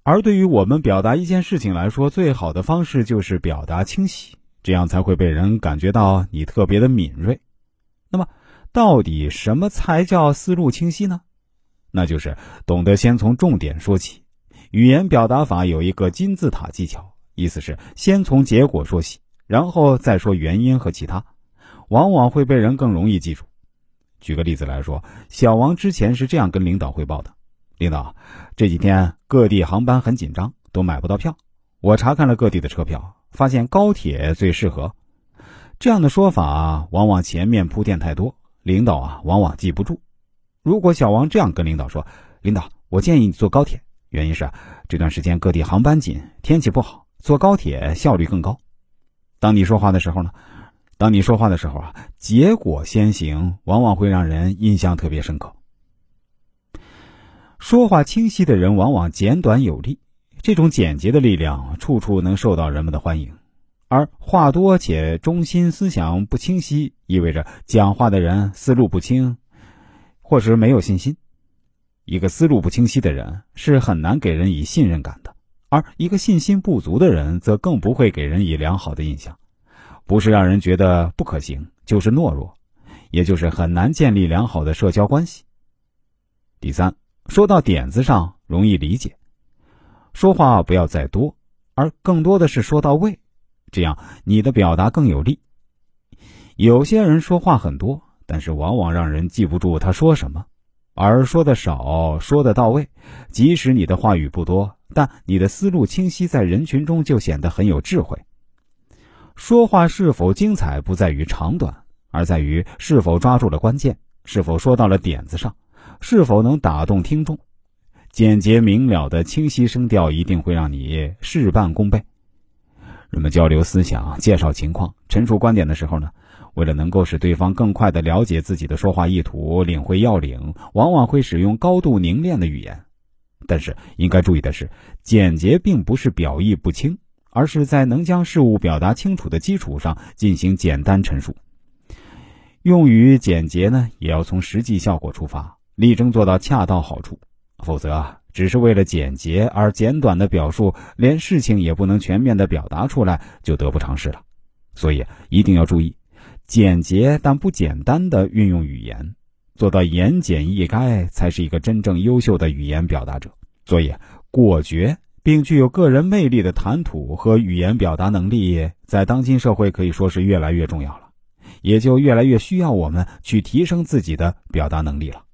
而对于我们表达一件事情来说，最好的方式就是表达清晰，这样才会被人感觉到你特别的敏锐。那么到底什么才叫思路清晰呢？那就是懂得先从重点说起。语言表达法有一个金字塔技巧，意思是先从结果说起，然后再说原因和其他，往往会被人更容易记住。举个例子来说，小王之前是这样跟领导汇报的：领导，这几天各地航班很紧张，都买不到票。我查看了各地的车票，发现高铁最适合。这样的说法往往前面铺垫太多，领导往往记不住。如果小王这样跟领导说：领导，我建议你坐高铁，原因是这段时间各地航班紧，天气不好，坐高铁效率更高。当你说话的时候，结果先行，往往会让人印象特别深刻。说话清晰的人往往简短有力，这种简洁的力量处处能受到人们的欢迎。而话多且中心思想不清晰，意味着讲话的人思路不清，或是没有信心。一个思路不清晰的人是很难给人以信任感的，而一个信心不足的人则更不会给人以良好的印象，不是让人觉得不可行，就是懦弱，也就是很难建立良好的社交关系。第三，说到点子上容易理解，说话不要再多，而更多的是说到位，这样你的表达更有力。有些人说话很多，但是往往让人记不住他说什么，而说得少，说得到位，即使你的话语不多，但你的思路清晰，在人群中就显得很有智慧。说话是否精彩不在于长短，而在于是否抓住了关键，是否说到了点子上，是否能打动听众。简洁明了的清晰声调一定会让你事半功倍。人们交流思想、介绍情况、陈述观点的时候呢，为了能够使对方更快地了解自己的说话意图，领会要领，往往会使用高度凝练的语言。但是应该注意的是，简洁并不是表意不清，而是在能将事物表达清楚的基础上进行简单陈述。用语简洁呢，也要从实际效果出发，力争做到恰到好处，否则只是为了简洁而简短的表述，连事情也不能全面地表达出来，就得不偿失了。所以一定要注意简洁但不简单的运用语言，做到言简意赅，才是一个真正优秀的语言表达者。所以果决并具有个人魅力的谈吐和语言表达能力，在当今社会可以说是越来越重要了，也就越来越需要我们去提升自己的表达能力了。